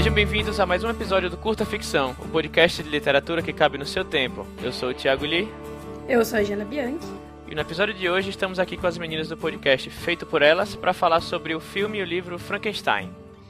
Sejam bem-vindos a mais um episódio do Curta Ficção, o podcast de literatura que cabe no seu tempo. Eu sou o Thiago Lee. Eu sou a Jana Bianchi. E no episódio de hoje estamos aqui com as meninas do podcast Feito por Elas para falar sobre o filme e o livro Frankenstein.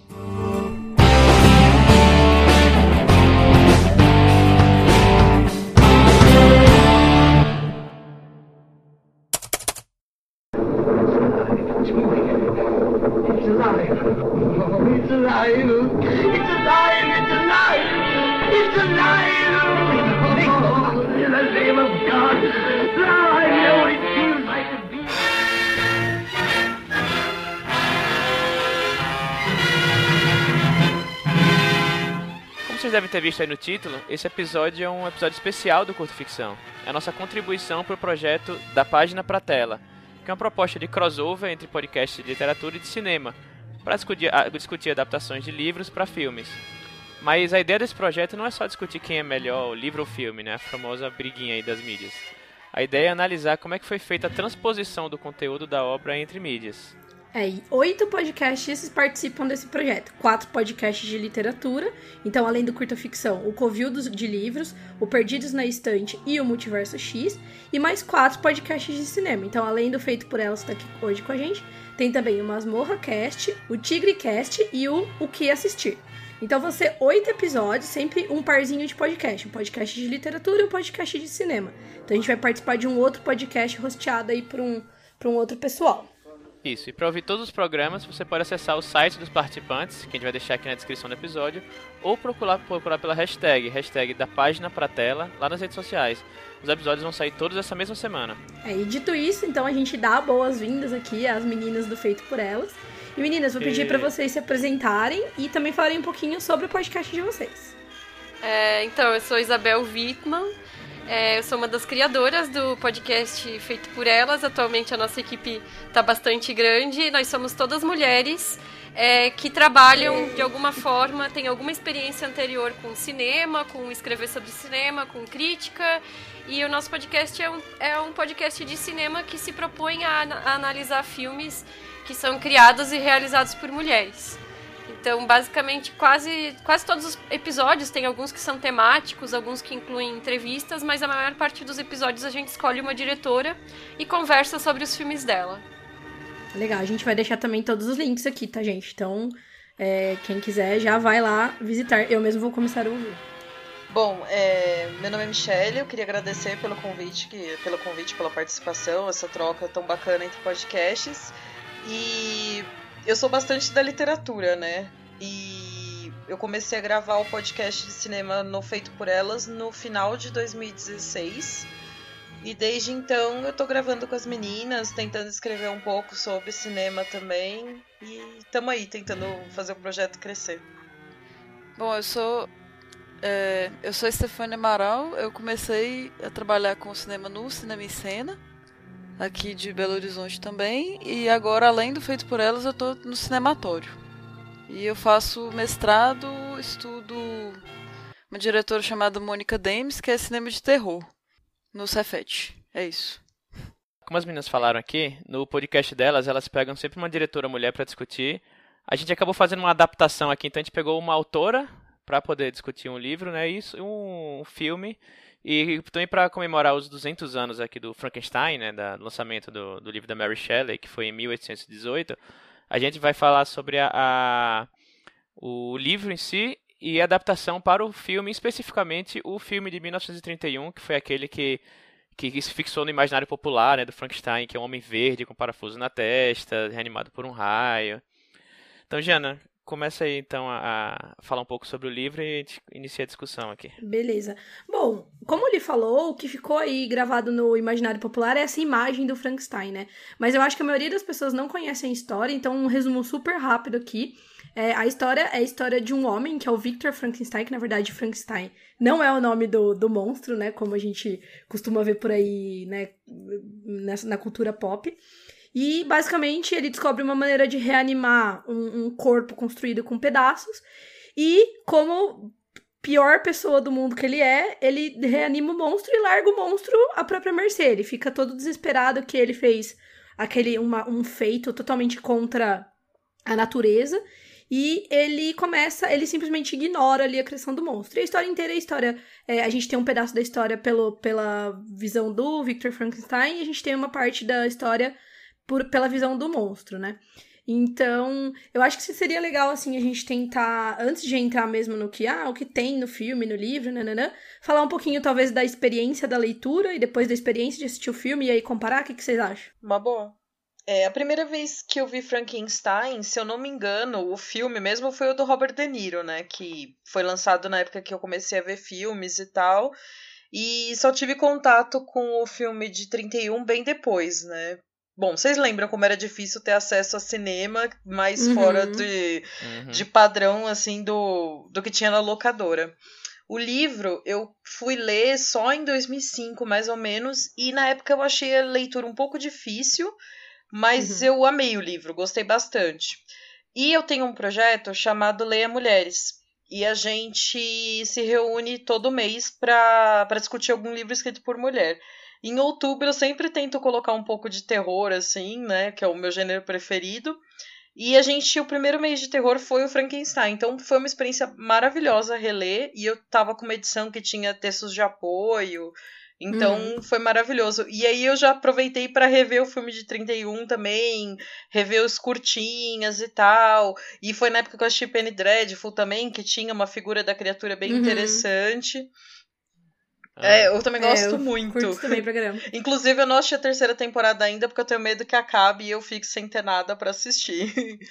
Como vocês devem ter visto aí no título, esse episódio é um episódio especial do Curta Ficção. É a nossa contribuição para o projeto Da Página pra Tela, que é uma proposta de crossover entre podcasts de literatura e de cinema, para discutir adaptações de livros para filmes. Mas a ideia desse projeto não é só discutir quem é melhor, o livro ou filme, né? A famosa briguinha aí das mídias. A ideia é analisar como é que foi feita a transposição do conteúdo da obra entre mídias. E 8 podcasts participam desse projeto. 4 podcasts de literatura, então além do Curta Ficção, o Covil de Livros, o Perdidos na Estante e o Multiverso X, e mais 4 podcasts de cinema. Então além do Feito por Elas que está aqui hoje com a gente, tem também o Masmorra Cast, o Tigre Cast e o Que Assistir. Então vão ser 8 episódios, sempre um parzinho de podcast. Um podcast de literatura e um podcast de cinema. Então a gente vai participar de um outro podcast hosteado aí por um outro pessoal. Isso, e para ouvir todos os programas, você pode acessar o site dos participantes, que a gente vai deixar aqui na descrição do episódio, ou procurar pela hashtag da página pra tela, lá nas redes sociais. Os episódios vão sair todos essa mesma semana. E dito isso, então a gente dá boas-vindas aqui às meninas do Feito por Elas. E meninas, vou pedir para vocês se apresentarem e também falarem um pouquinho sobre o podcast de vocês. Então, eu sou Isabel Wittmann. Eu sou uma das criadoras do podcast Feito por Elas. Atualmente a nossa equipe está bastante grande. Nós somos todas mulheres que trabalham de alguma forma, têm alguma experiência anterior com cinema, com escrever sobre cinema, com crítica. E o nosso podcast é um podcast de cinema que se propõe a analisar filmes que são criados e realizados por mulheres. Então, basicamente, quase todos os episódios, tem alguns que são temáticos, alguns que incluem entrevistas, mas a maior parte dos episódios a gente escolhe uma diretora e conversa sobre os filmes dela. Legal, a gente vai deixar também todos os links aqui, tá, gente? Então, quem quiser já vai lá visitar. Eu mesmo vou começar a ouvir. Bom, meu nome é Michelle, eu queria agradecer pela participação, essa troca tão bacana entre podcasts. E eu sou bastante da literatura, né? E eu comecei a gravar o podcast de cinema no Feito por Elas no final de 2016. E desde então eu tô gravando com as meninas, tentando escrever um pouco sobre cinema também. E tamo aí, tentando fazer o projeto crescer. Bom, eu sou Estefânia Amaral. Eu comecei a trabalhar com cinema no Cinema em Cena, aqui de Belo Horizonte também, e agora, além do Feito por Elas, eu tô no Cinematório. E eu faço mestrado, estudo uma diretora chamada Mônica Demes, que é cinema de terror, no Cefet. É isso. Como as meninas falaram aqui, no podcast delas, elas pegam sempre uma diretora mulher para discutir. A gente acabou fazendo uma adaptação aqui, então a gente pegou uma autora para poder discutir um livro, né, isso, um filme. E também para comemorar os 200 anos aqui do Frankenstein, né, do lançamento do livro da Mary Shelley, que foi em 1818, a gente vai falar sobre o livro em si e a adaptação para o filme, especificamente o filme de 1931, que foi aquele que se fixou no imaginário popular, né, do Frankenstein, que é um homem verde com parafuso na testa, reanimado por um raio. Então, Jana, começa aí, então, a falar um pouco sobre o livro e a gente inicia a discussão aqui. Beleza. Bom, como ele falou, o que ficou aí gravado no imaginário popular é essa imagem do Frankenstein, né? Mas eu acho que a maioria das pessoas não conhecem a história, então um resumo super rápido aqui. A história é a história de um homem, que é o Victor Frankenstein, que na verdade Frankenstein não é o nome do monstro, né? Como a gente costuma ver por aí, né? Na cultura pop. E, basicamente, ele descobre uma maneira de reanimar um corpo construído com pedaços. E, como pior pessoa do mundo que ele reanima o monstro e larga o monstro à própria mercê. Ele fica todo desesperado que ele fez um feito totalmente contra a natureza. E ele simplesmente ignora ali a criação do monstro. E a história inteira é a história... a gente tem um pedaço da história pela visão do Victor Frankenstein, e a gente tem uma parte da história pela visão do monstro, né? Então, eu acho que seria legal, assim, a gente tentar, antes de entrar mesmo no que, o que tem no filme, no livro, nananã, falar um pouquinho, talvez, da experiência da leitura e depois da experiência de assistir o filme e aí comparar. O que vocês acham? Uma boa. A primeira vez que eu vi Frankenstein, se eu não me engano, o filme mesmo foi o do Robert De Niro, né? Que foi lançado na época que eu comecei a ver filmes e tal. E só tive contato com o filme de 31 bem depois, né? Bom, vocês lembram como era difícil ter acesso a cinema, mais fora de padrão, assim, do que tinha na locadora. O livro eu fui ler só em 2005, mais ou menos, e na época eu achei a leitura um pouco difícil, mas eu amei o livro, gostei bastante. E eu tenho um projeto chamado Leia Mulheres, e a gente se reúne todo mês para discutir algum livro escrito por mulher. Em outubro eu sempre tento colocar um pouco de terror, assim, né, que é o meu gênero preferido. E o primeiro mês de terror foi o Frankenstein, então foi uma experiência maravilhosa reler, e eu tava com uma edição que tinha textos de apoio, então foi maravilhoso. E aí eu já aproveitei para rever o filme de 31 também, rever os curtinhas e tal, e foi na época que eu assisti Penny Dreadful também, que tinha uma figura da criatura bem interessante. Eu também gosto muito. Curto também pra caramba. Inclusive, eu não assisti a terceira temporada ainda, porque eu tenho medo que acabe e eu fique sem ter nada pra assistir.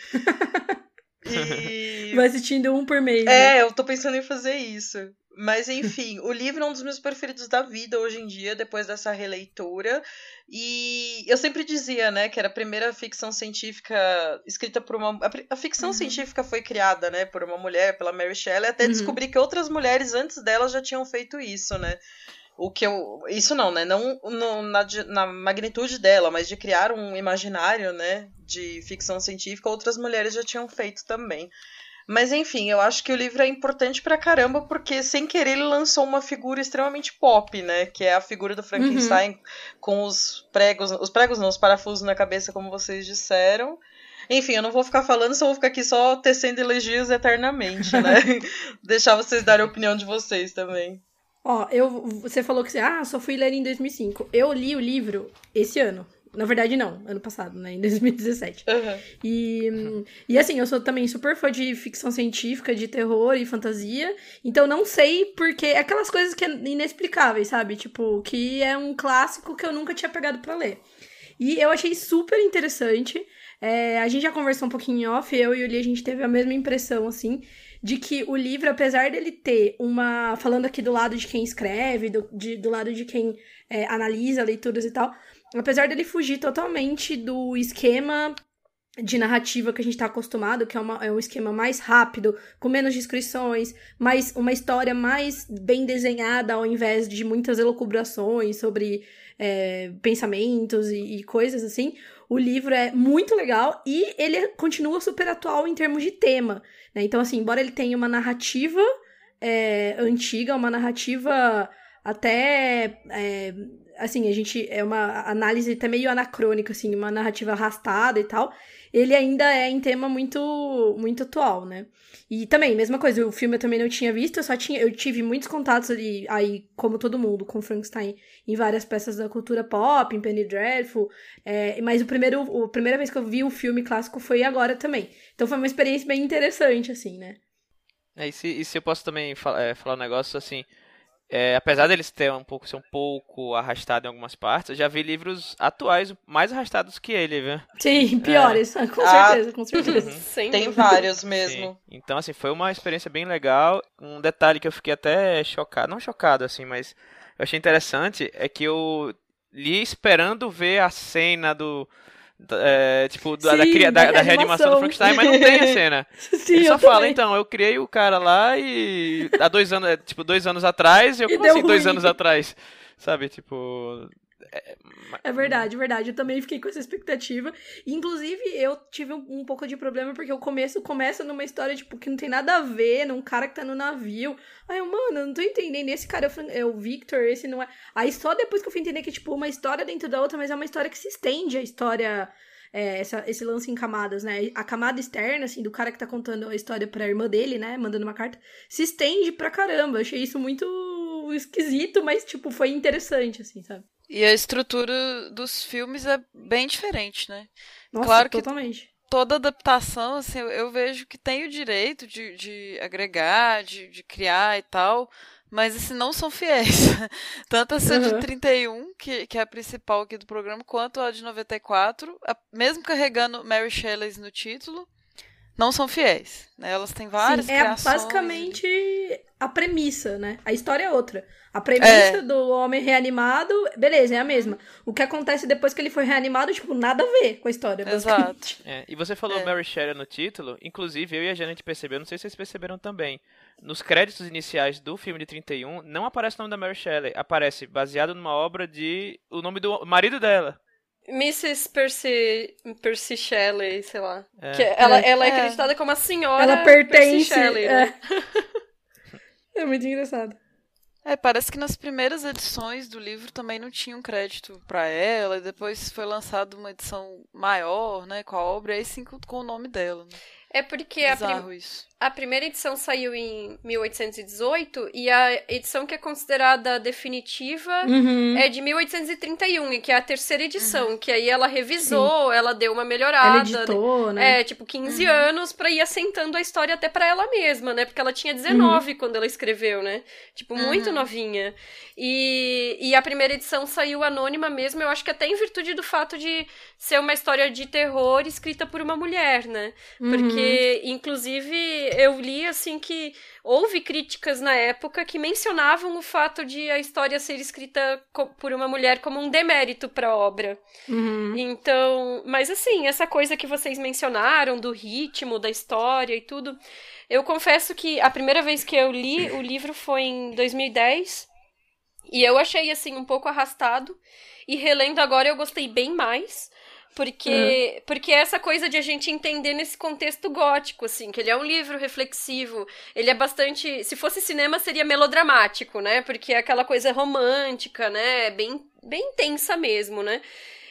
Vai assistindo um por mês, né? Eu tô pensando em fazer isso. Mas, enfim, o livro é um dos meus preferidos da vida hoje em dia, depois dessa releitura. E eu sempre dizia, né, que era a primeira ficção científica escrita por uma... A ficção científica foi criada, né, por uma mulher, pela Mary Shelley, até descobri que outras mulheres antes dela já tinham feito isso, né. Isso não, né, não na magnitude dela, mas de criar um imaginário, né, de ficção científica, outras mulheres já tinham feito também. Mas enfim, eu acho que o livro é importante pra caramba, porque sem querer ele lançou uma figura extremamente pop, né? Que é a figura do Frankenstein com os parafusos na cabeça, como vocês disseram. Enfim, eu não vou ficar falando, só vou ficar aqui só tecendo elogios eternamente, né? Deixar vocês darem a opinião de vocês também. Você falou que só fui ler em 2005. Eu li o livro esse ano. Na verdade, não. Ano passado, né? Em 2017. E assim, eu sou também super fã de ficção científica, de terror e fantasia. Então, não sei porque... Aquelas coisas que é inexplicáveis, sabe? Tipo, que é um clássico que eu nunca tinha pegado pra ler. E eu achei super interessante. A gente já conversou um pouquinho em off. Eu e o Lee, a gente teve a mesma impressão, assim... de que o livro, apesar dele ter uma... Falando aqui do lado de quem escreve, do lado de quem analisa leituras e tal... Apesar dele fugir totalmente do esquema de narrativa que a gente tá acostumado, que é um esquema mais rápido, com menos descrições, uma história mais bem desenhada, ao invés de muitas elucubrações sobre pensamentos e coisas assim, o livro é muito legal e ele continua super atual em termos de tema, né? Então, assim, embora ele tenha uma narrativa antiga, uma narrativa até... assim, é uma análise até meio anacrônica, assim, uma narrativa arrastada e tal, ele ainda é em tema muito, muito atual, né? E também, mesma coisa, o filme eu também não tinha visto, eu tive muitos contatos ali, aí, como todo mundo, com Frankenstein, em várias peças da cultura pop, em Penny Dreadful, mas a primeira vez que eu vi o filme clássico foi agora também. Então foi uma experiência bem interessante, assim, né? E se eu posso também falar um negócio, assim... apesar deles ser um pouco arrastado em algumas partes, eu já vi livros atuais mais arrastados que ele, viu? Sim, piores, com certeza. Tem vários mesmo. Sim. Então, assim, foi uma experiência bem legal. Um detalhe que eu fiquei até chocado, não chocado, assim, mas eu achei interessante, é que eu li esperando ver a cena da reanimação do Frankenstein, mas não tem a cena. Sim, ele só fala, então, eu criei o cara lá e há 2 anos, 2 anos atrás, como assim 2 anos atrás? Sabe, tipo... É verdade. Eu também fiquei com essa expectativa. Inclusive, eu tive um pouco de problema, porque o começo começa numa história, tipo, que não tem nada a ver, num cara que tá no navio. Aí eu, mano, eu não tô entendendo. Esse cara é o Victor, esse não é... Aí só depois que eu fui entender que, tipo, uma história dentro da outra, mas é uma história que se estende, a história... esse lance em camadas, né? A camada externa, assim, do cara que tá contando a história pra irmã dele, né? Mandando uma carta, se estende pra caramba. Eu achei isso muito esquisito, mas, tipo, foi interessante, assim, sabe? E a estrutura dos filmes é bem diferente, né? Nossa, claro que totalmente. toda adaptação, assim, eu vejo que tem o direito de agregar, de criar e tal, mas assim, não são fiéis. Tanto essa de 31, que é a principal aqui do programa, quanto a de 94, mesmo carregando Mary Shelley no título, não são fiéis, né? Elas têm várias criações. É basicamente a premissa, né? A história é outra. A premissa do homem reanimado, beleza, é a mesma. O que acontece depois que ele foi reanimado, tipo, nada a ver com a história. Exato. E você falou Mary Shelley no título, inclusive eu e a Janet percebeu, não sei se vocês perceberam também, nos créditos iniciais do filme de 31, não aparece o nome da Mary Shelley, aparece baseado numa obra o nome do marido dela. Mrs. Percy Shelley, sei lá. Que ela é acreditada como a senhora ela pertence, Percy Shelley, né? É muito engraçado. Parece que nas primeiras edições do livro também não tinha um crédito pra ela, e depois foi lançada uma edição maior, né, com a obra, e aí sim com o nome dela, né? É porque isso. A primeira edição saiu em 1818 e a edição que é considerada definitiva é de 1831, e que é a terceira edição, que aí ela revisou, ela deu uma melhorada. Ela editou, né? 15 anos pra ir assentando a história até pra ela mesma, né? Porque ela tinha 19 quando ela escreveu, né? Tipo, muito novinha. E a primeira edição saiu anônima mesmo, eu acho que até em virtude do fato de ser uma história de terror escrita por uma mulher, né? Porque, inclusive, eu li, assim, que houve críticas na época que mencionavam o fato de a história ser escrita por uma mulher como um demérito para a obra. Então, mas assim, essa coisa que vocês mencionaram do ritmo, da história e tudo, eu confesso que a primeira vez que eu li o livro foi em 2010 e eu achei, assim, um pouco arrastado, e relendo agora eu gostei bem mais. Porque essa coisa de a gente entender nesse contexto gótico, assim, que ele é um livro reflexivo, ele é bastante... Se fosse cinema, seria melodramático, né? Porque é aquela coisa romântica, né? Bem intensa mesmo, né?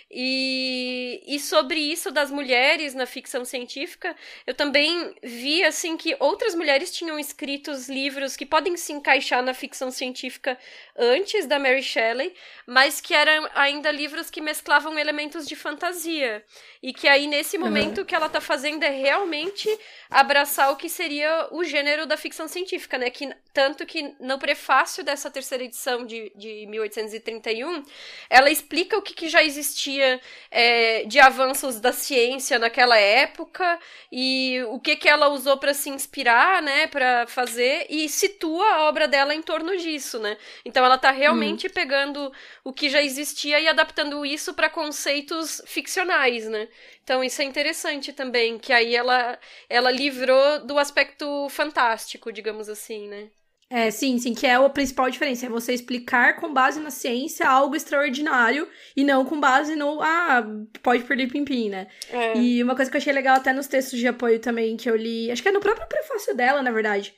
E sobre isso das mulheres na ficção científica, eu também vi, assim, que outras mulheres tinham escrito livros que podem se encaixar na ficção científica antes da Mary Shelley, mas que eram ainda livros que mesclavam elementos de fantasia. E que aí, nesse momento, o que ela tá fazendo é realmente abraçar o que seria o gênero da ficção científica, né? Tanto que no prefácio dessa terceira edição de 1831, ela explica o que já existia de avanços da ciência naquela época e o que ela usou para se inspirar, né, para fazer, e situa a obra dela em torno disso, né? Então ela tá realmente pegando o que já existia e adaptando isso para conceitos ficcionais, né? Então isso é interessante também, que aí ela livrou do aspecto fantástico, digamos assim, né? Sim, que é a principal diferença, é você explicar com base na ciência algo extraordinário e não com base no, pode perder pim-pim, né? E uma coisa que eu achei legal até nos textos de apoio também que eu li, acho que é no próprio prefácio dela, na verdade,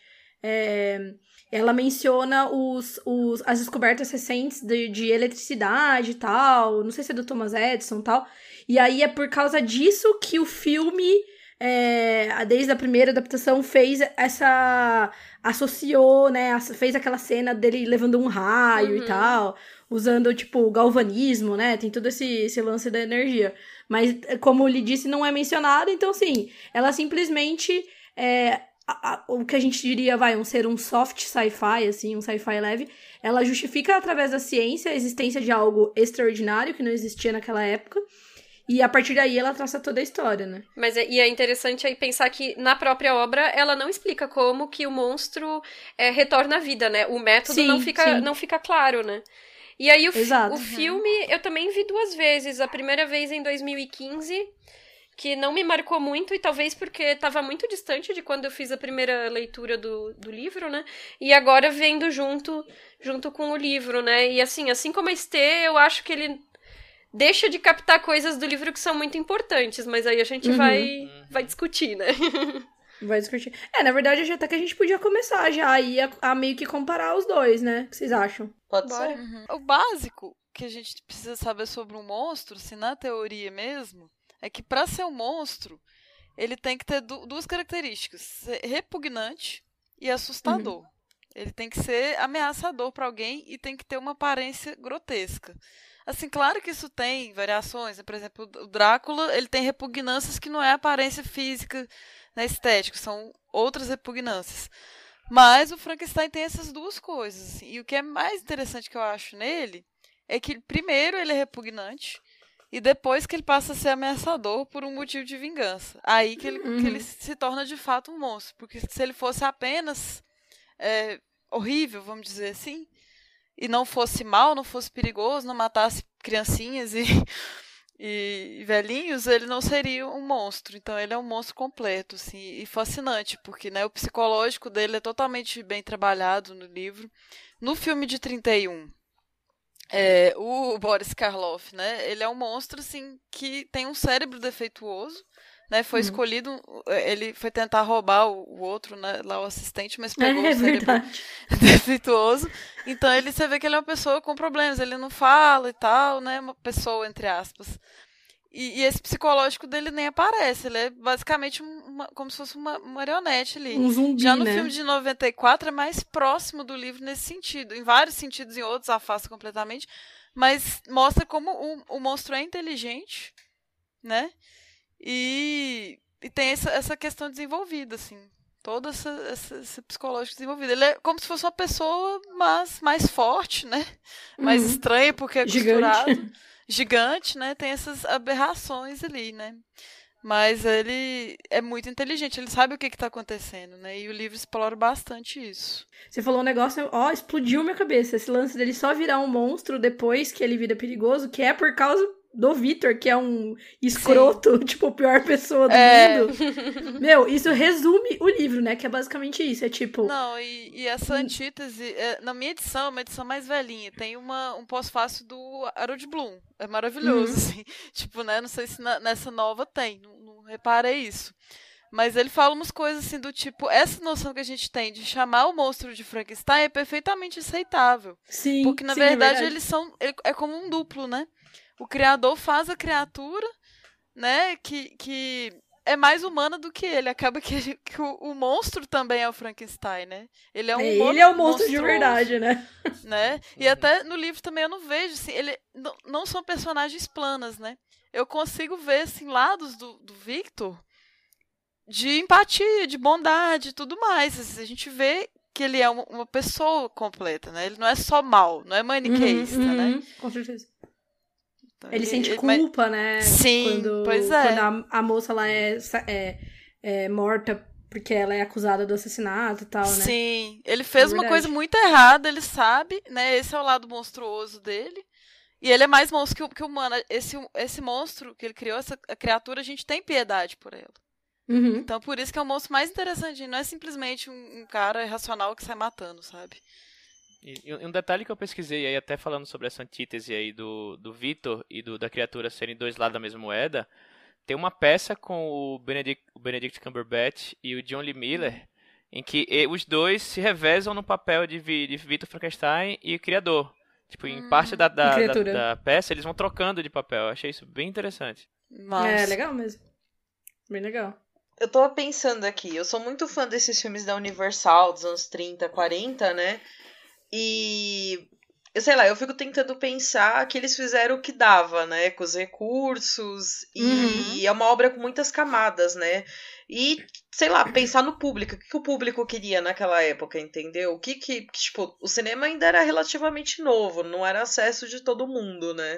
ela menciona as descobertas recentes de eletricidade e tal, não sei se é do Thomas Edison e tal, e aí é por causa disso que o filme... desde a primeira adaptação fez associou, né, fez aquela cena dele levando um raio e tal, usando, tipo, galvanismo, né, tem todo esse lance da energia, mas, como lhe disse, não é mencionado, então, assim, ela simplesmente, o que a gente diria, ser um soft sci-fi, assim, um sci-fi leve, ela justifica através da ciência a existência de algo extraordinário que não existia naquela época. E a partir daí ela traça toda a história, né? E é interessante aí pensar que na própria obra ela não explica como que o monstro retorna à vida, né? O método não fica claro, né? E aí o filme eu também vi 2 vezes. A primeira vez em 2015, que não me marcou muito, e talvez porque estava muito distante de quando eu fiz a primeira leitura do livro, né? E agora vendo junto com o livro, né? E assim como a Estê, eu acho que ele... deixa de captar coisas do livro que são muito importantes, mas aí a gente vai discutir, né? Vai discutir. Na verdade, acho até que a gente podia começar já aí a meio que comparar os dois, né? O que vocês acham? Pode ser. O básico que a gente precisa saber sobre um monstro, se na teoria mesmo, é que para ser um monstro, ele tem que ter duas características: ser repugnante e assustador. Ele tem que ser ameaçador para alguém e tem que ter uma aparência grotesca. Assim, claro que isso tem variações, né? Por exemplo, o Drácula, ele tem repugnâncias que não é aparência física, né, estética, são outras repugnâncias. Mas o Frankenstein tem essas duas coisas. Assim. E o que é mais interessante que eu acho nele é que, primeiro, ele é repugnante e depois que ele passa a ser ameaçador por um motivo de vingança. Aí que ele se torna, de fato, um monstro. Porque se ele fosse apenas horrível, vamos dizer assim, e não fosse mal, não fosse perigoso, não matasse criancinhas e velhinhos, ele não seria um monstro. Então ele é um monstro completo, assim, e fascinante, porque, né, o psicológico dele é totalmente bem trabalhado no livro. No filme de 31, o Boris Karloff, né, ele é um monstro, assim, que tem um cérebro defeituoso, né, foi escolhido, ele foi tentar roubar o outro, né, lá o assistente, mas pegou o cérebro defeituoso. Então você vê que ele é uma pessoa com problemas, ele não fala e tal, né, uma pessoa, entre aspas. E esse psicológico dele nem aparece, ele é basicamente como se fosse uma marionete ali. Um zumbi, já no né? filme de 94 é mais próximo do livro nesse sentido, em vários sentidos, em outros afasta completamente, mas mostra como o monstro é inteligente, né? E tem essa questão desenvolvida, assim. Todo esse psicológico desenvolvido. Ele é como se fosse uma pessoa, mas mais forte, né? Mais estranha, porque é costurado. Gigante, né? Tem essas aberrações ali, né? Mas ele é muito inteligente, ele sabe o que está acontecendo, né? E o livro explora bastante isso. Você falou um negócio, explodiu minha cabeça. Esse lance dele só virar um monstro depois que ele vira perigoso, que é por causa do Victor, que é um escroto, tipo, a pior pessoa do mundo. Meu, isso resume o livro, né? Que é basicamente isso, é tipo... Não, e essa antítese, na minha edição, uma edição mais velhinha, tem um pós-fácil do Harold Bloom. É maravilhoso, assim. Tipo, né? Não sei se nessa nova tem, não reparei isso. Mas ele fala umas coisas assim do tipo, essa noção que a gente tem de chamar o monstro de Frankenstein é perfeitamente aceitável. Sim, porque, na verdade, eles são... É como um duplo, né? O criador faz a criatura, né, que é mais humana do que ele. Acaba que o monstro também é o Frankenstein, né? Ele é um monstro de verdade, né? E até no livro também eu não vejo, assim, ele não são personagens planas, né? Eu consigo ver, assim, lados do Victor de empatia, de bondade e tudo mais. Assim, a gente vê que ele é uma pessoa completa, né? Ele não é só mal, não é maniqueísta, né? Com certeza. Ele sente culpa, né? Sim, pois é. Quando a moça lá é morta porque ela é acusada do assassinato e tal, né? Sim, ele fez uma coisa muito errada, ele sabe, né? Esse é o lado monstruoso dele. E ele é mais monstro que humano. Esse monstro que ele criou, essa criatura, a gente tem piedade por ela. Então, por isso que é o monstro mais interessante. Não é simplesmente um cara irracional que sai matando, sabe? E um detalhe que eu pesquisei aí, até falando sobre essa antítese aí do Victor e da criatura serem dois lados da mesma moeda, tem uma peça com o Benedict Cumberbatch e o John Lee Miller, em que os dois se revezam no papel de Victor Frankenstein e criador. Tipo, em parte da peça, eles vão trocando de papel. Eu achei isso bem interessante. Nossa. É legal mesmo. Bem legal. Eu tô pensando aqui, eu sou muito fã desses filmes da Universal, dos anos 30, 40, né? E, eu sei lá, eu fico tentando pensar que eles fizeram o que dava, né? Com os recursos. E é uma obra com muitas camadas, né? E, sei lá, pensar no público. O que o público queria naquela época, entendeu? O que tipo, o cinema ainda era relativamente novo. Não era acesso de todo mundo, né?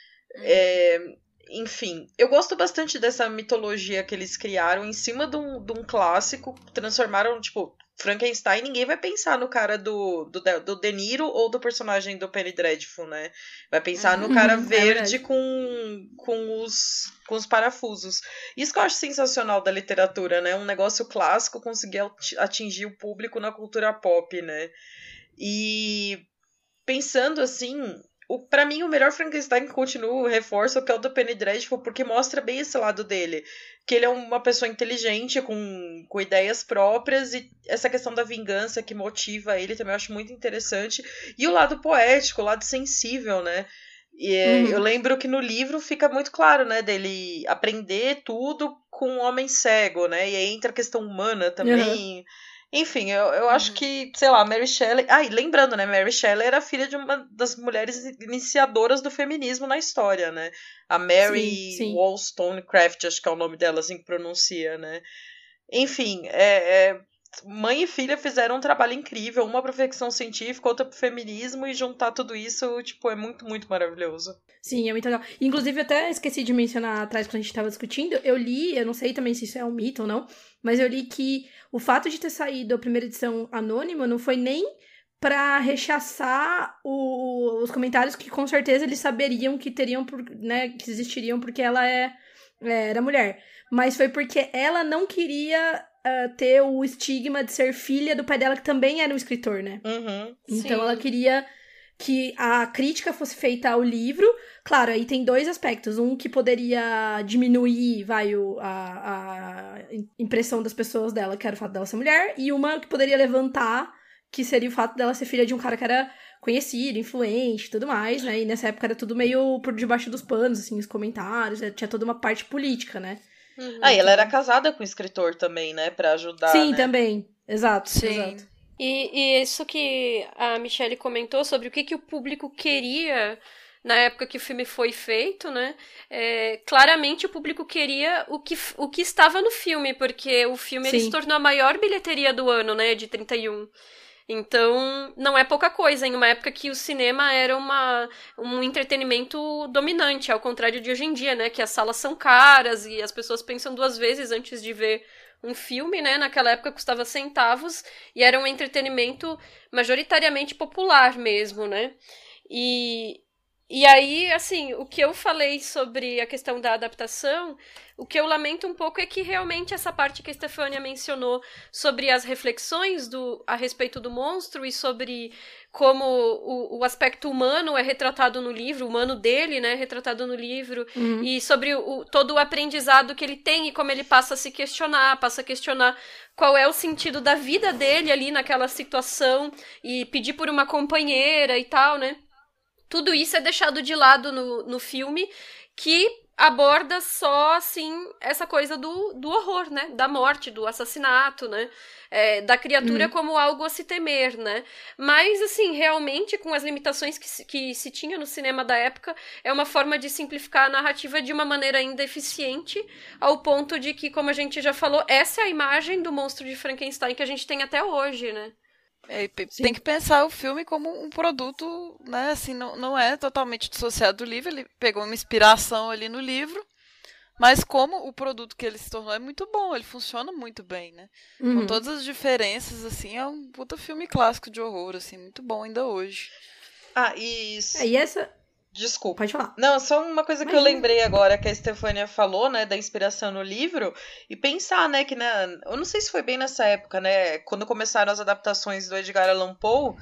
Enfim, eu gosto bastante dessa mitologia que eles criaram em cima de um clássico. Transformaram, tipo... Frankenstein, ninguém vai pensar no cara do De Niro ou do personagem do Penny Dreadful, né? Vai pensar no cara verde com os parafusos. Isso que eu acho sensacional da literatura, né? Um negócio clássico conseguir atingir o público na cultura pop, né? E pensando assim... Pra mim, o melhor Frankenstein que continua, reforço, que é o do Penny Dreadful, porque mostra bem esse lado dele. Que ele é uma pessoa inteligente, com ideias próprias, e essa questão da vingança que motiva ele também eu acho muito interessante. E o lado poético, o lado sensível, né? E eu lembro que no livro fica muito claro, né, dele aprender tudo com um homem cego, né, e aí entra a questão humana também. Enfim, eu acho que, sei lá, Mary Shelley... Ah, e lembrando, né, Mary Shelley era filha de uma das mulheres iniciadoras do feminismo na história, né, a Mary Wollstonecraft, acho que é o nome dela, assim que pronuncia, né. Enfim, mãe e filha fizeram um trabalho incrível, uma pra ficção científica, outra pro feminismo, e juntar tudo isso, tipo, é muito, muito maravilhoso. Sim, é muito legal. Inclusive, eu até esqueci de mencionar atrás quando a gente tava discutindo, eu li, eu não sei também se isso é um mito ou não, mas eu li que o fato de ter saído a primeira edição anônima não foi nem pra rechaçar os comentários que com certeza eles saberiam que teriam, né, que existiriam porque ela era mulher, mas foi porque ela não queria ter o estigma de ser filha do pai dela, que também era um escritor, né? Então ela queria que a crítica fosse feita ao livro. Claro, aí tem dois aspectos. Um que poderia diminuir, a impressão das pessoas dela, que era o fato dela ser mulher, e uma que poderia levantar, que seria o fato dela ser filha de um cara que era conhecido, influente e tudo mais, né? E nessa época era tudo meio por debaixo dos panos, assim, os comentários, tinha toda uma parte política, né? E ela era casada com o escritor também, né? Pra ajudar, Sim, né? Também. Exato, Sim. exato. E isso que a Michelle comentou sobre o que o público queria na época que o filme foi feito, né? Claramente o público queria o que estava no filme, porque o filme ele se tornou a maior bilheteria do ano, né? De 31. Então, não é pouca coisa, em uma época que o cinema era um entretenimento dominante, ao contrário de hoje em dia, né? Que as salas são caras e as pessoas pensam duas vezes antes de ver um filme, né? Naquela época custava centavos e era um entretenimento majoritariamente popular mesmo, né? E aí, assim, o que eu falei sobre a questão da adaptação, o que eu lamento um pouco é que realmente essa parte que a Estefânia mencionou sobre as reflexões a respeito do monstro e sobre como o aspecto humano é retratado no livro, o humano dele, né, retratado no livro, e sobre todo o aprendizado que ele tem e como ele passa a questionar qual é o sentido da vida dele ali naquela situação e pedir por uma companheira e tal, né? Tudo isso é deixado de lado no filme, que aborda só, assim, essa coisa do horror, né? Da morte, do assassinato, né? Da criatura como algo a se temer, né? Mas, assim, realmente, com as limitações que se tinha no cinema da época, é uma forma de simplificar a narrativa de uma maneira ainda eficiente, ao ponto de que, como a gente já falou, essa é a imagem do monstro de Frankenstein que a gente tem até hoje, né? Tem que pensar o filme como um produto, né, assim, não é totalmente dissociado do livro, ele pegou uma inspiração ali no livro, mas como o produto que ele se tornou é muito bom, ele funciona muito bem, né, com todas as diferenças, assim, é um puta filme clássico de horror, assim, muito bom ainda hoje. E essa... Desculpa. Pode falar. Não, só uma coisa que eu lembrei agora que a Estefânia falou, né, da inspiração no livro, e pensar, né, que eu não sei se foi bem nessa época, né, quando começaram as adaptações do Edgar Allan Poe,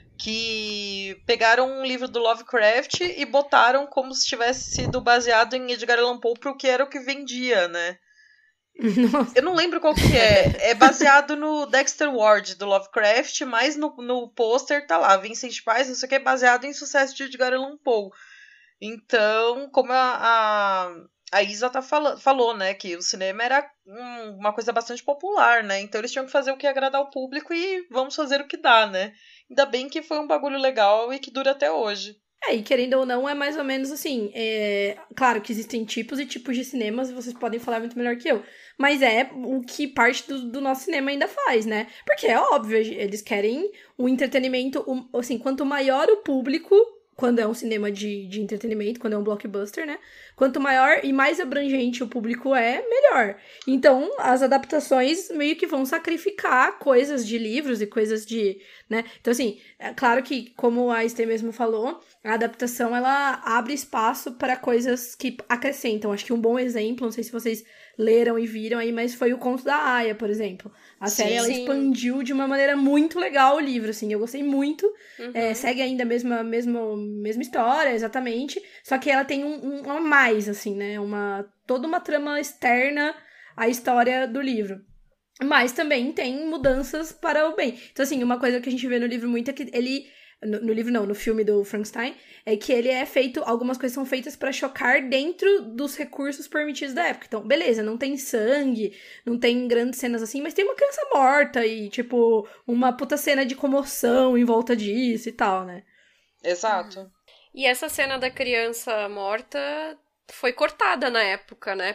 que pegaram um livro do Lovecraft e botaram como se tivesse sido baseado em Edgar Allan Poe pro que era o que vendia, né. Nossa. Eu não lembro qual que é. É baseado no Dexter Ward do Lovecraft, mas no pôster tá lá, Vincent Price, não sei o que, baseado em sucesso de Edgar Allan Poe. Então, como a Isa falou, né, que o cinema era uma coisa bastante popular, né, então eles tinham que fazer o que ia agradar o público e vamos fazer o que dá, né. Ainda bem que foi um bagulho legal e que dura até hoje. E querendo ou não, é mais ou menos assim, claro que existem tipos e tipos de cinemas, vocês podem falar muito melhor que eu, mas é o que parte do nosso cinema ainda faz, né? Porque é óbvio, eles querem um entretenimento, assim, quanto maior o público, quando é um cinema de entretenimento, quando é um blockbuster, né? Quanto maior e mais abrangente o público melhor. Então, as adaptações meio que vão sacrificar coisas de livros e coisas de, né? Então, assim, é claro que, como a Estê mesmo falou, a adaptação, ela abre espaço para coisas que acrescentam. Acho que um bom exemplo, não sei se vocês leram e viram aí, mas foi o Conto da Aia, por exemplo. A série, ela expandiu de uma maneira muito legal o livro, assim, eu gostei muito. Segue ainda a mesma história, exatamente, só que ela tem um a mais, assim, né, toda uma trama externa à história do livro. Mas também tem mudanças para o bem. Então, assim, uma coisa que a gente vê no livro muito é que ele no livro não, no filme do Frankenstein, é que ele é feito, algumas coisas são feitas pra chocar dentro dos recursos permitidos da época. Então, beleza, não tem sangue, não tem grandes cenas assim, mas tem uma criança morta e, tipo, uma puta cena de comoção em volta disso e tal, né? Exato. E essa cena da criança morta foi cortada na época, né?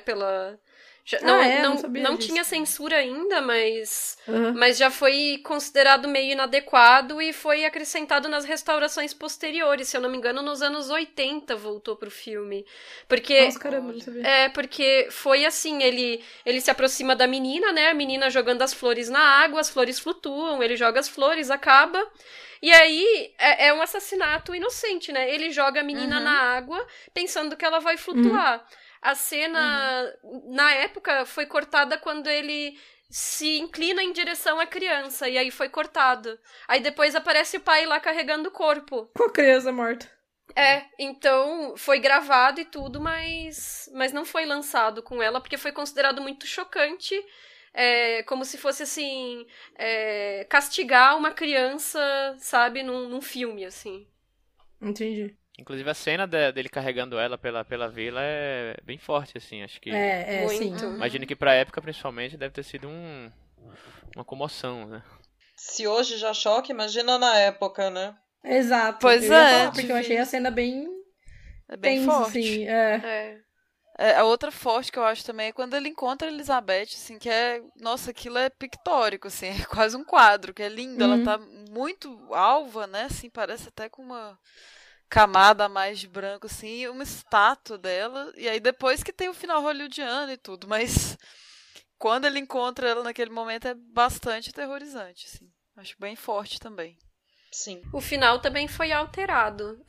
Não tinha censura ainda, mas já foi considerado meio inadequado e foi acrescentado nas restaurações posteriores. Se eu não me engano, nos anos 80 voltou pro filme. Porque, nossa, caramba, não sabia. Porque foi assim, ele se aproxima da menina, né? A menina jogando as flores na água, as flores flutuam, ele joga as flores, acaba. E aí, é um assassinato inocente, né? Ele joga a menina na água, pensando que ela vai flutuar. A cena, na época, foi cortada quando ele se inclina em direção à criança, e aí foi cortado. Aí depois aparece o pai lá carregando o corpo. Com a criança morta. Então foi gravado e tudo, mas não foi lançado com ela, porque foi considerado muito chocante. Como se fosse, assim, castigar uma criança, sabe, num filme, assim. Entendi. Inclusive a cena dele carregando ela pela vila é bem forte, assim, acho que... Sim. Imagino que pra época, principalmente, deve ter sido uma comoção, né? Se hoje já choca, imagina na época, né? Exato. Pois porque eu achei a cena bem... É bem tensa, forte. assim, A outra forte que eu acho também é quando ele encontra a Elizabeth, assim, que é... Nossa, aquilo é pictórico, assim, é quase um quadro, que é lindo. Ela tá muito alva, né, assim, parece até com uma camada a mais de branco, assim, uma estátua dela. E aí depois que tem o final hollywoodiano e tudo, mas quando ele encontra ela naquele momento é bastante aterrorizante, assim. Acho bem forte também. Sim. O final também foi alterado.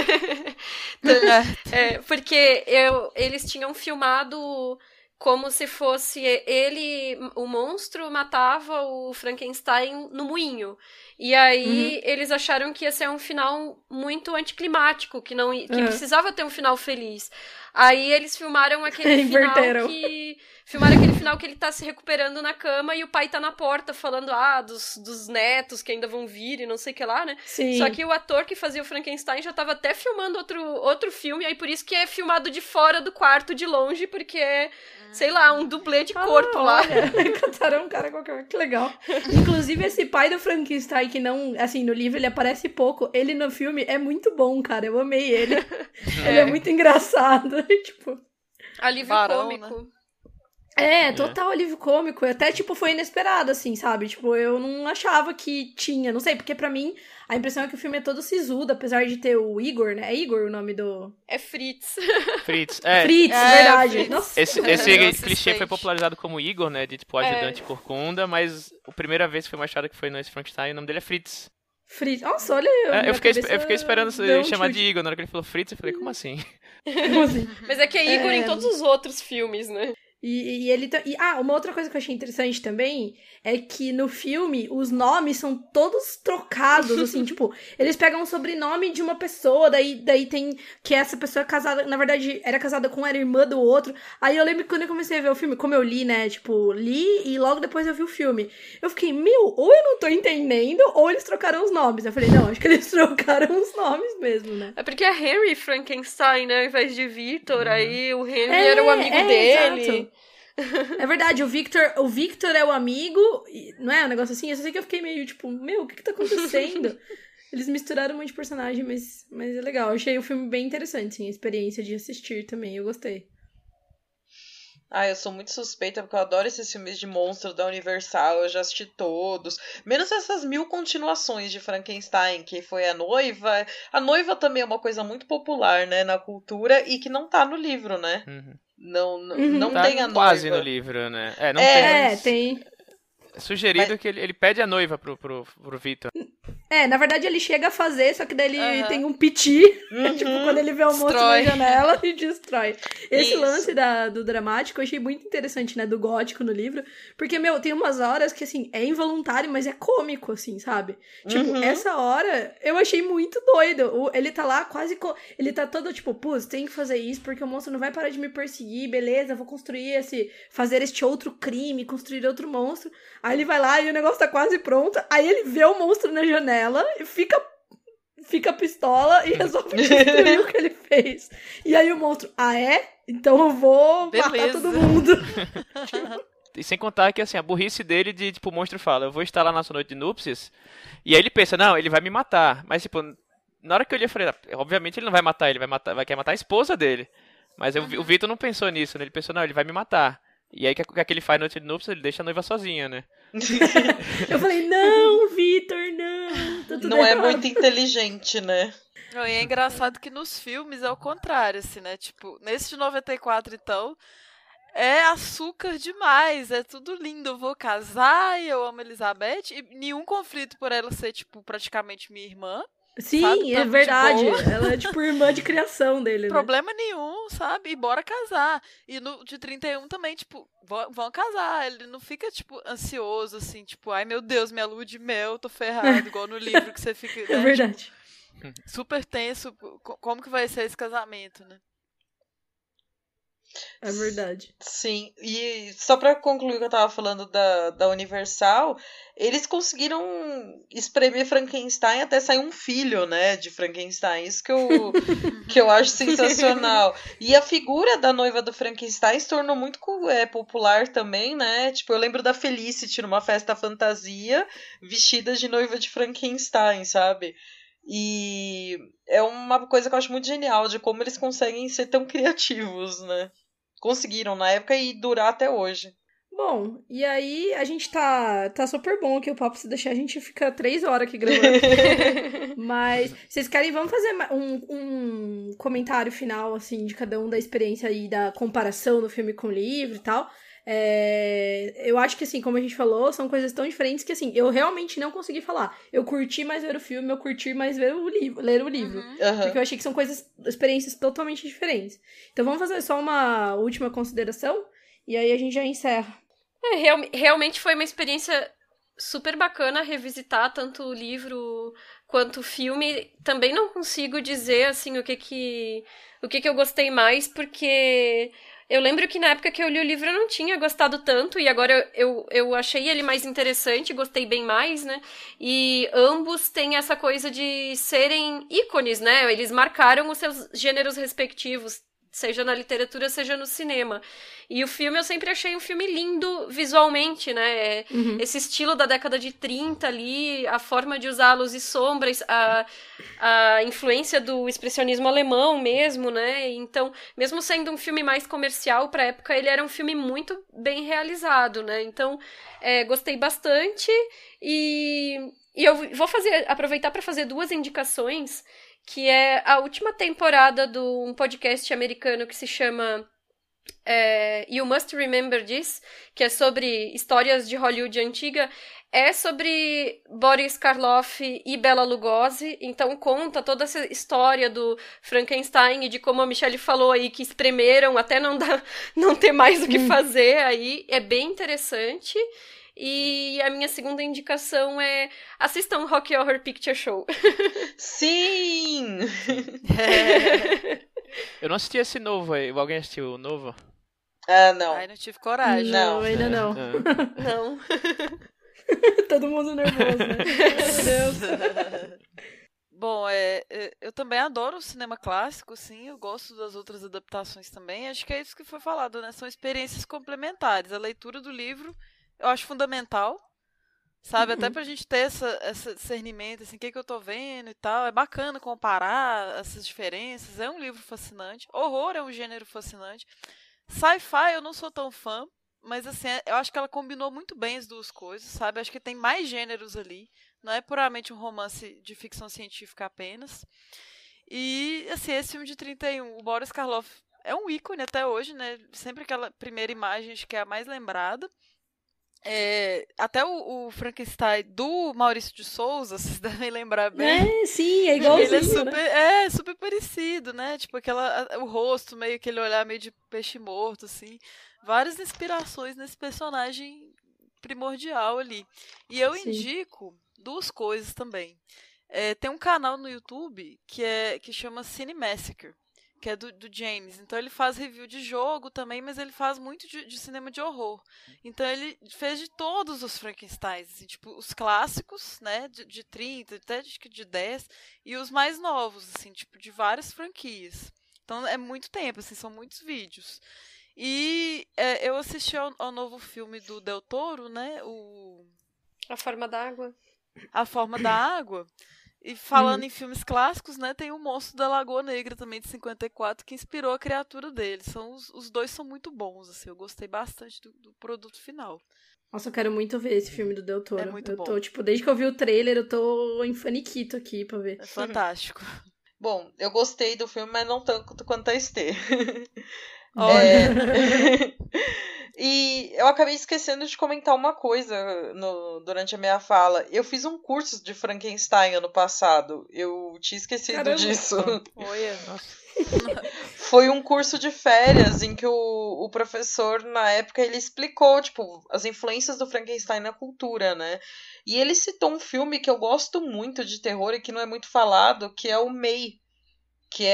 Porque eles tinham filmado como se fosse ele, o monstro matava o Frankenstein no moinho. E aí eles acharam que ia ser um final muito anticlimático, que precisava ter um final feliz. Aí eles filmaram aquele final que ele tá se recuperando na cama e o pai tá na porta falando, dos netos que ainda vão vir e não sei o que lá, né? Sim. Só que o ator que fazia o Frankenstein já tava até filmando outro filme, aí por isso que é filmado de fora do quarto, de longe, porque é, sei lá, um dublê de corpo lá. Cataram um cara qualquer, que legal. Inclusive, esse pai do Frankenstein, que não, assim, no livro ele aparece pouco, ele no filme é muito bom, cara, eu amei ele. Ele é muito engraçado, tipo... Alívio cômico. Né? Total alívio cômico. Até, tipo, foi inesperado, assim, sabe? Tipo, eu não achava que tinha, não sei, porque pra mim a impressão é que o filme é todo sisudo, apesar de ter o Igor, né? É Igor o nome do... É Fritz. Fritz, verdade. Fritz. Nossa. Esse clichê foi popularizado como Igor, né? De, tipo, ajudante corcunda, mas a primeira vez que foi mostrado que foi no Frankenstein, o nome dele é Fritz. Fritz. Nossa, olha... Eu fiquei esperando ele chamar de Igor. Na hora que ele falou Fritz, eu falei, como assim? Como assim? Mas é que é Igor em todos os outros filmes, né? E ele uma outra coisa que eu achei interessante também é que no filme os nomes são todos trocados, assim, tipo, eles pegam o sobrenome de uma pessoa, daí tem que essa pessoa é casada, na verdade, era irmã do outro. Aí eu lembro que quando eu comecei a ver o filme, como eu li, né, tipo, li e logo depois eu vi o filme. Eu fiquei, ou eu não tô entendendo, ou eles trocaram os nomes. Eu falei, não, acho que eles trocaram os nomes mesmo, né? É porque é Henry Frankenstein, né, ao invés de Victor, aí o Henry era o amigo dele. Exato. É verdade, o Victor é o amigo, não é um negócio assim? Eu só sei que eu fiquei meio tipo, o que tá acontecendo? Eles misturaram um monte de personagem, mas é legal. Eu achei o filme bem interessante, assim, a experiência de assistir também, eu gostei. Eu sou muito suspeita porque eu adoro esses filmes de monstros da Universal, eu já assisti todos. Menos essas 1000 continuações de Frankenstein, que foi a noiva. A noiva também é uma coisa muito popular, né, na cultura e que não tá no livro, né? Não tá tem a noiva. Quase no livro, né? Não tem. É sugerido que ele pede a noiva pro Victor. Na verdade ele chega a fazer, só que daí ele tem um piti, tipo, quando ele vê o monstro na janela e destrói. Esse lance do dramático eu achei muito interessante, né, do gótico no livro, porque, tem umas horas que, assim, é involuntário, mas é cômico, assim, sabe? Tipo, essa hora eu achei muito doido. Ele tá lá quase... Ele tá todo, tipo, putz, tem que fazer isso porque o monstro não vai parar de me perseguir, beleza, vou fazer este outro crime, construir outro monstro. Aí ele vai lá e o negócio tá quase pronto. Aí ele vê o monstro na janela e fica fica pistola e resolve destruir o que ele fez. E aí o monstro, então eu vou matar todo mundo. E sem contar que, assim, a burrice dele de, tipo, o monstro fala, eu vou estar lá na sua noite de núpcias, e aí ele pensa, não, ele vai me matar. Mas, tipo, na hora que eu olhei, eu falei, obviamente ele não vai matar, ele quer matar a esposa dele. Mas o Vitor não pensou nisso, né? Ele pensou, não, ele vai me matar. E aí o que ele faz na noite de núpcias, ele deixa a noiva sozinha, né? Eu falei, não, Vitor, não. Tá tudo Não é errado. muito inteligente, né? E é engraçado que nos filmes é o contrário, assim, né? Tipo, nesse de 94, então, é açúcar demais, é tudo lindo. Eu vou casar e eu amo Elizabeth. E nenhum conflito por ela ser, tipo, praticamente minha irmã. Sim, sabe? é Tamo de verdade. boa. Ela é tipo irmã de criação dele, né? Problema nenhum, sabe? E bora casar. E no de 31 também, tipo, vão casar. Ele não fica, tipo, ansioso, assim, tipo, ai meu Deus, minha lua de mel, tô ferrado, igual no livro que você fica. Né, É verdade. tipo, super tenso. Como que vai ser esse casamento, né? É verdade. Sim, e só pra concluir o que eu tava falando da Universal, eles conseguiram espremer Frankenstein até sair um filho, né, de Frankenstein. Isso que eu acho sensacional. E a figura da noiva do Frankenstein se tornou muito popular também, né? Tipo, eu lembro da Felicity numa festa fantasia, vestida de noiva de Frankenstein, sabe? E é uma coisa que eu acho muito genial, de como eles conseguem ser tão criativos, né? Conseguiram na época e durar até hoje. Bom, e aí a gente tá super bom aqui o papo, se deixar a gente fica 3 horas aqui gravando. Mas, vocês querem, vamos fazer um comentário final, assim, de cada um da experiência aí, da comparação do filme com o livro e tal. Eu acho que, assim, como a gente falou, são coisas tão diferentes que, assim, eu realmente não consegui falar. Eu curti mais ver o filme, eu curti mais ler o livro. Porque eu achei que são experiências totalmente diferentes. Então vamos fazer só uma última consideração e aí a gente já encerra. Realmente foi uma experiência super bacana revisitar tanto o livro quanto o filme. Também não consigo dizer, assim, o que eu gostei mais, porque eu lembro que na época que eu li o livro eu não tinha gostado tanto, e agora eu achei ele mais interessante, gostei bem mais, né? E ambos têm essa coisa de serem ícones, né? Eles marcaram os seus gêneros respectivos, seja na literatura, seja no cinema. E o filme eu sempre achei um filme lindo visualmente, né? Esse estilo da década de 30 ali, a forma de usar luz e sombras, a influência do expressionismo alemão mesmo, né? Então, mesmo sendo um filme mais comercial pra época, ele era um filme muito bem realizado, né? Então, gostei bastante e eu vou aproveitar para fazer 2 indicações, que é a última temporada de um podcast americano que se chama You Must Remember This, que é sobre histórias de Hollywood antiga. É sobre Boris Karloff e Bela Lugosi, então conta toda essa história do Frankenstein e de como a Michelle falou aí, que espremeram até não ter mais o que fazer aí. É bem interessante. E a minha segunda indicação é assistam Rocky Horror Picture Show. Sim! Eu não assisti esse novo aí. Alguém assistiu o novo? Ah, não. Ai, não tive coragem. Não, ainda não. Não. Todo mundo nervoso, né? Meu Deus. Bom, eu também adoro o cinema clássico, sim, eu gosto das outras adaptações também. Acho que é isso que foi falado, né? São experiências complementares. A leitura do livro eu acho fundamental, sabe? Até pra gente ter esse discernimento, assim, o que eu tô vendo e tal. É bacana comparar essas diferenças. É um livro fascinante. Horror é um gênero fascinante. Sci-fi eu não sou tão fã, mas assim, eu acho que ela combinou muito bem as duas coisas, sabe? Acho que tem mais gêneros ali. Não é puramente um romance de ficção científica apenas. E, assim, esse filme de 31, o Boris Karloff é um ícone até hoje, né? Sempre aquela primeira imagem, acho que é a mais lembrada. Até o Frankenstein do Maurício de Souza, vocês devem lembrar bem. Sim, é igualzinho, ele é super, né? Super parecido, né? Tipo, o rosto, meio aquele olhar meio de peixe morto, assim. Várias inspirações nesse personagem primordial ali. E eu indico 2 coisas também. Tem um canal no YouTube que chama Cine Massacre, que é do James. Então ele faz review de jogo também, mas ele faz muito de cinema de horror. Então ele fez de todos os Frankensteins, assim, tipo, os clássicos, né, de 30, até acho que de 10, e os mais novos, assim, tipo, de várias franquias. Então é muito tempo, assim, são muitos vídeos. E eu assisti ao novo filme do Del Toro, né, A Forma da Água. A Forma da Água. E falando em filmes clássicos, né, tem o Monstro da Lagoa Negra também, de 54, que inspirou a criatura dele. Os dois são muito bons, assim, eu gostei bastante do produto final. Nossa, eu quero muito ver esse filme do Del Toro. É muito bom. Tô, tipo, desde que eu vi o trailer, eu tô em faniquito aqui pra ver. É fantástico. Bom, eu gostei do filme, mas não tanto quanto a Estê. Olha. E eu acabei esquecendo de comentar uma coisa durante a minha fala. Eu fiz um curso de Frankenstein ano passado. Eu tinha esquecido disso. Olha. Foi um curso de férias em que o professor, na época, ele explicou, tipo, as influências do Frankenstein na cultura, né? E ele citou um filme que eu gosto muito de terror e que não é muito falado, que é o May, que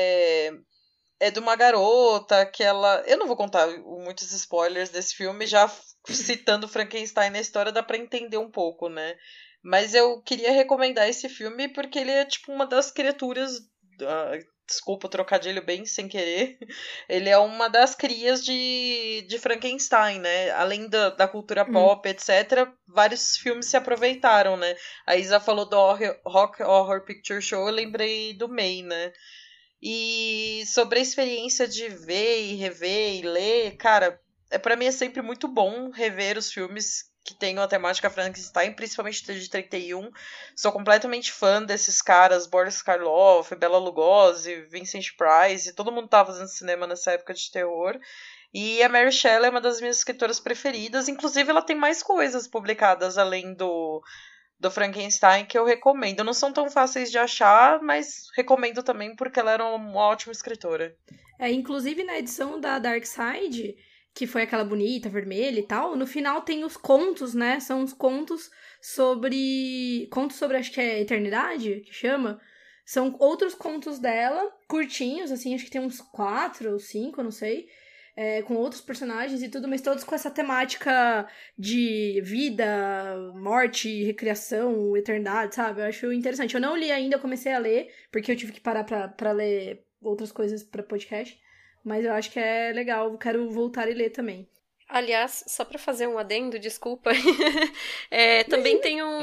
é de uma garota que ela... Eu não vou contar muitos spoilers desse filme, já citando Frankenstein na história dá pra entender um pouco, né? Mas eu queria recomendar esse filme porque ele é tipo uma das criaturas... Desculpa o trocadilho bem sem querer. Ele é uma das crias de Frankenstein, né? Além da cultura pop, etc., vários filmes se aproveitaram, né? A Isa falou do Rock Horror Picture Show, eu lembrei do May, né? E sobre a experiência de ver e rever e ler, cara, pra mim é sempre muito bom rever os filmes que tenham a temática Frankenstein, principalmente de 31. Sou completamente fã desses caras, Boris Karloff, Bela Lugosi, Vincent Price, todo mundo tava fazendo cinema nessa época de terror. E a Mary Shelley é uma das minhas escritoras preferidas, inclusive ela tem mais coisas publicadas além do Frankenstein que eu recomendo. Não são tão fáceis de achar, mas recomendo também porque ela era uma ótima escritora. Inclusive na edição da Dark Side, que foi aquela bonita, vermelha e tal, no final tem os contos, né? São os contos sobre... Contos sobre, acho que é Eternidade, que chama. São outros contos dela, curtinhos, assim, acho que tem uns 4 ou 5, não sei. Com outros personagens e tudo, mas todos com essa temática de vida, morte, recriação, eternidade, sabe? Eu acho interessante. Eu não li ainda, eu comecei a ler, porque eu tive que parar pra ler outras coisas pra podcast, mas eu acho que é legal, quero voltar e ler também. Aliás, só para fazer um adendo, desculpa, também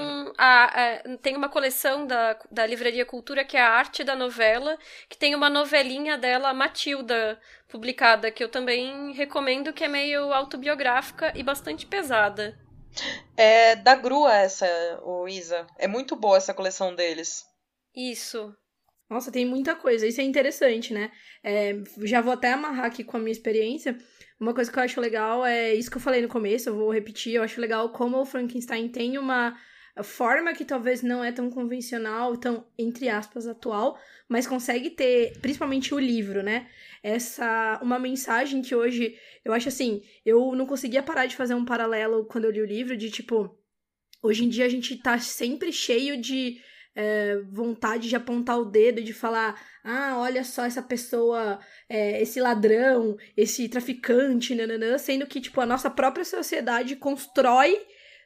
tem uma coleção da Livraria Cultura, que é a Arte da Novela, que tem uma novelinha dela, Matilda, publicada, que eu também recomendo, que é meio autobiográfica e bastante pesada. É da Grua essa, Isa. É muito boa essa coleção deles. Isso. Nossa, tem muita coisa, isso é interessante, né? Já vou até amarrar aqui com a minha experiência. Uma coisa que eu acho legal é isso que eu falei no começo, eu vou repetir, eu acho legal como o Frankenstein tem uma forma que talvez não é tão convencional, tão, entre aspas, atual, mas consegue ter, principalmente o livro, né? Uma mensagem que hoje, eu acho assim, eu não conseguia parar de fazer um paralelo quando eu li o livro, de tipo, hoje em dia a gente tá sempre cheio de vontade de apontar o dedo, de falar, olha só essa pessoa, esse ladrão, esse traficante, nananã, sendo que, tipo, a nossa própria sociedade constrói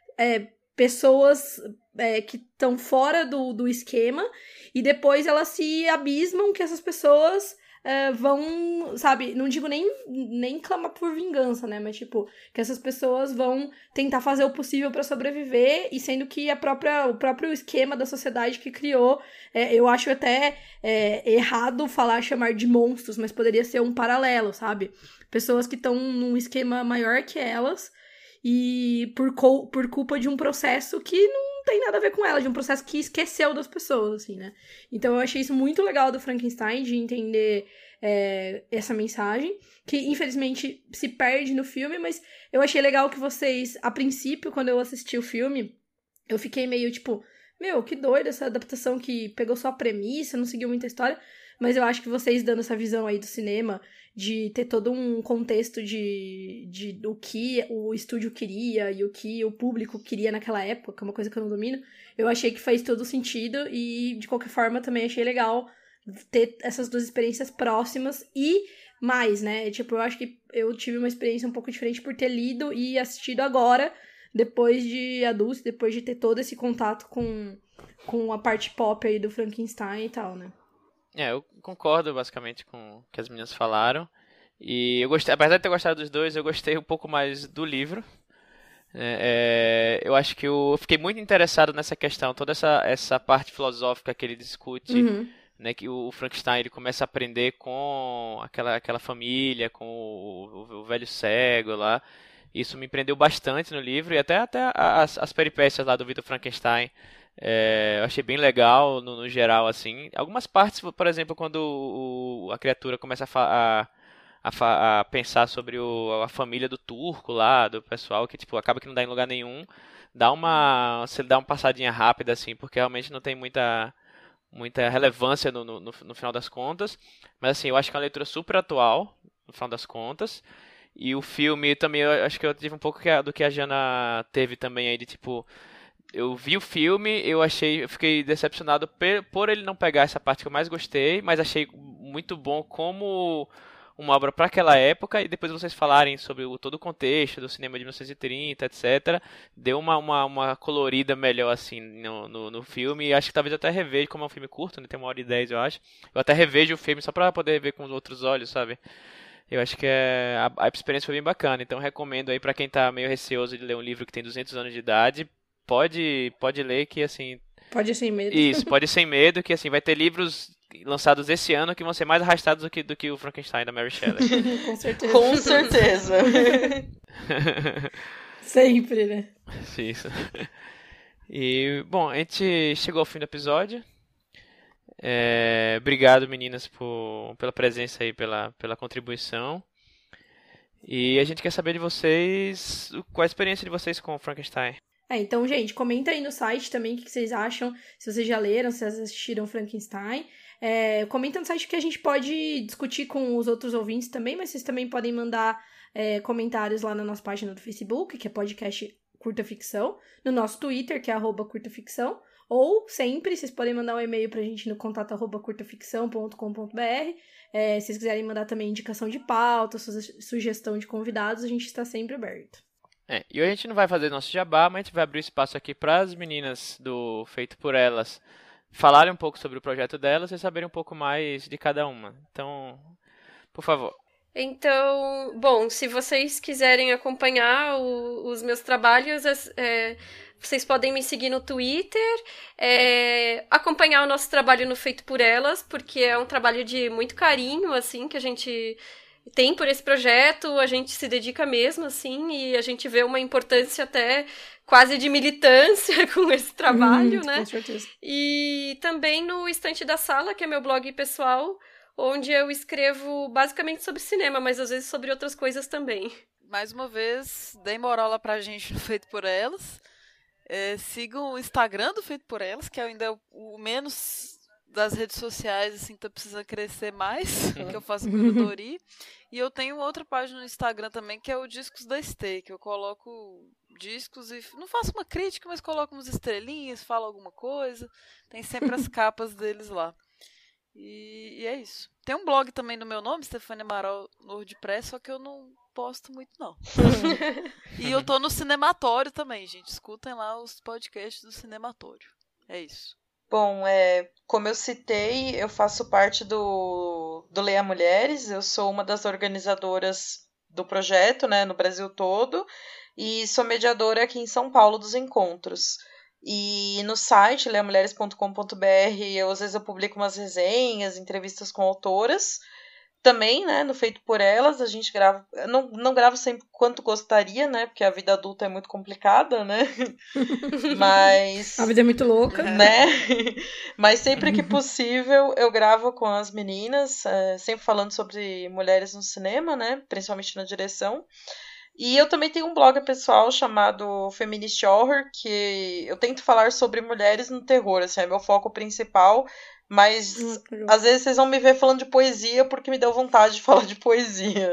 pessoas que estão fora do esquema e depois elas se abismam que essas pessoas vão, sabe, não digo nem clamar por vingança, né, mas tipo, que essas pessoas vão tentar fazer o possível pra sobreviver, e sendo que o próprio esquema da sociedade que criou, eu acho até errado chamar de monstros, mas poderia ser um paralelo, sabe, pessoas que estão num esquema maior que elas, e por culpa de um processo que não tem nada a ver com ela, de um processo que esqueceu das pessoas, assim, né? Então eu achei isso muito legal do Frankenstein, de entender essa mensagem, que infelizmente se perde no filme, mas eu achei legal que vocês, a princípio, quando eu assisti o filme, eu fiquei meio tipo, que doido essa adaptação que pegou só a premissa, não seguiu muita história, mas eu acho que vocês dando essa visão aí do cinema, de ter todo um contexto de o que o estúdio queria e o que o público queria naquela época, que é uma coisa que eu não domino, eu achei que faz todo sentido e, de qualquer forma, também achei legal ter essas duas experiências próximas e mais, né? Tipo, eu acho que eu tive uma experiência um pouco diferente por ter lido e assistido agora, depois de adulto, depois de ter todo esse contato com a parte pop aí do Frankenstein e tal, né? Eu concordo basicamente com o que as meninas falaram. E eu gostei, apesar de ter gostado dos dois, eu gostei um pouco mais do livro. Eu acho que eu fiquei muito interessado nessa questão, toda essa parte filosófica que ele discute, né, que o Frankenstein ele começa a aprender com aquela família, com o velho cego lá. Isso me prendeu bastante no livro, e até as peripécias lá do Victor Frankenstein. Eu achei bem legal no geral, assim. Algumas partes, por exemplo, quando a criatura começa a pensar sobre a família do turco lá, do pessoal, que tipo, acaba que não dá em lugar nenhum. Você dá uma passadinha rápida, assim, porque realmente não tem muita relevância no final das contas. Mas assim, eu acho que é uma leitura super atual, no final das contas. E o filme também, eu acho que eu tive um pouco do que a Jana teve também aí, de tipo... Eu vi o filme, eu fiquei decepcionado por ele não pegar essa parte que eu mais gostei, mas achei muito bom como uma obra para aquela época, e depois vocês falarem sobre todo o contexto do cinema de 1930, etc. Deu uma colorida melhor assim no filme, e acho que talvez eu até reveja, como é um filme curto, né, tem 1h10 eu acho, eu até revejo o filme só para poder ver com os outros olhos, sabe? Eu acho que a experiência foi bem bacana, então recomendo aí para quem tá meio receoso de ler um livro que tem 200 anos de idade, pode ler que assim... Pode ir sem medo. Isso, pode ir sem medo, que assim, vai ter livros lançados esse ano que vão ser mais arrastados do que o Frankenstein da Mary Shelley. Com certeza. Com certeza. Sempre, né? Isso. E, bom, a gente chegou ao fim do episódio. Obrigado, meninas, pela presença aí, pela contribuição. E a gente quer saber de vocês, qual a experiência de vocês com o Frankenstein. Então, gente, comenta aí no site também o que vocês acham, se vocês já leram, se vocês assistiram Frankenstein. Comenta no site que a gente pode discutir com os outros ouvintes também, mas vocês também podem mandar comentários lá na nossa página do Facebook, que é podcast Curta Ficção, no nosso Twitter, que é @curtaficção, ou sempre, vocês podem mandar um e-mail pra gente no contato@curtaficção.com.br. Se vocês quiserem mandar também indicação de pauta, sugestão de convidados, a gente está sempre aberto. E hoje a gente não vai fazer nosso jabá, mas a gente vai abrir espaço aqui para as meninas do Feito por Elas falarem um pouco sobre o projeto delas e saberem um pouco mais de cada uma. Então, por favor. Então, bom, se vocês quiserem acompanhar os meus trabalhos, vocês podem me seguir no Twitter, acompanhar o nosso trabalho no Feito por Elas, porque é um trabalho de muito carinho, assim, que a gente tem por esse projeto, a gente se dedica mesmo, assim, e a gente vê uma importância até quase de militância com esse trabalho, né? Com certeza. E também no Estante da Sala, que é meu blog pessoal, onde eu escrevo basicamente sobre cinema, mas às vezes sobre outras coisas também. Mais uma vez, deem moral lá pra gente no Feito por Elas. Sigam o Instagram do Feito por Elas, que ainda é o menos das redes sociais, assim, tá precisando crescer mais, que eu faço curadoria. E eu tenho outra página no Instagram também, que é o Discos da Stay, que eu coloco discos e não faço uma crítica, mas coloco umas estrelinhas, falo alguma coisa. Tem sempre as capas deles lá. E é isso. Tem um blog também no meu nome, Stefania Amaral, no WordPress, só que eu não posto muito, não. E eu tô no Cinematório também, gente. Escutem lá os podcasts do Cinematório. É isso. Bom, como eu citei, eu faço parte do Leia Mulheres, eu sou uma das organizadoras do projeto, né, no Brasil todo, e sou mediadora aqui em São Paulo dos encontros. E no site, leamulheres.com.br, às vezes eu publico umas resenhas, entrevistas com autoras. Também, né, no Feito por Elas, a gente grava... Não gravo sempre quanto gostaria, né, porque a vida adulta é muito complicada, né? Mas... A vida é muito louca. Né? Mas sempre que possível eu gravo com as meninas, sempre falando sobre mulheres no cinema, né, principalmente na direção. E eu também tenho um blog pessoal chamado Feminist Horror, que eu tento falar sobre mulheres no terror, assim, é meu foco principal, mas às vezes vocês vão me ver falando de poesia porque me deu vontade de falar de poesia.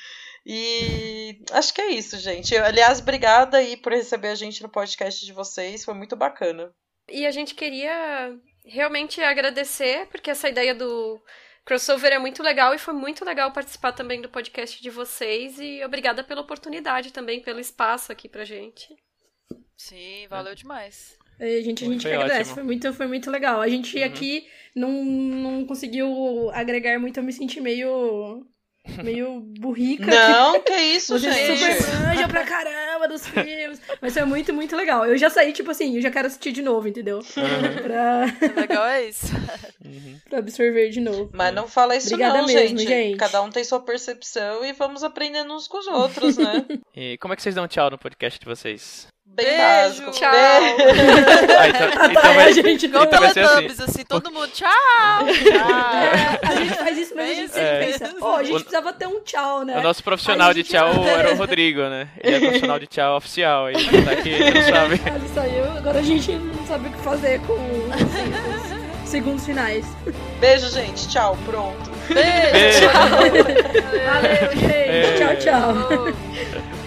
E acho que é isso, gente. Aliás, obrigada aí por receber a gente no podcast de vocês, foi muito bacana. E a gente queria realmente agradecer, porque essa ideia do crossover é muito legal e foi muito legal participar também do podcast de vocês e obrigada pela oportunidade também, pelo espaço aqui pra gente. Sim, valeu demais. A gente que agradece, foi muito legal. A gente aqui não conseguiu agregar muito, eu me senti meio burrica. Não, que isso, gente. Você super manja pra caramba dos filmes. Mas foi muito, muito legal. Eu já saí, tipo assim, eu já quero assistir de novo, entendeu? O legal é isso. Pra absorver de novo. Mas não fala isso. Obrigada não, mesmo, gente. Cada um tem sua percepção e vamos aprendendo uns com os outros, né? E como é que vocês dão tchau no podcast de vocês? Bem básico. Tchau. Então a gente igual Teletubbies, assim, todo mundo tchau. A gente faz isso, mas a gente sempre pensa, a gente precisava ter um tchau, né? O nosso profissional de tchau era o Rodrigo, né? Ele é profissional de tchau oficial, aí tá aqui, não sabe. Ele saiu, agora a gente não sabe o que fazer com os segundos finais. Beijo, gente. Tchau, pronto. Beijo. Valeu, gente. Tchau, tchau.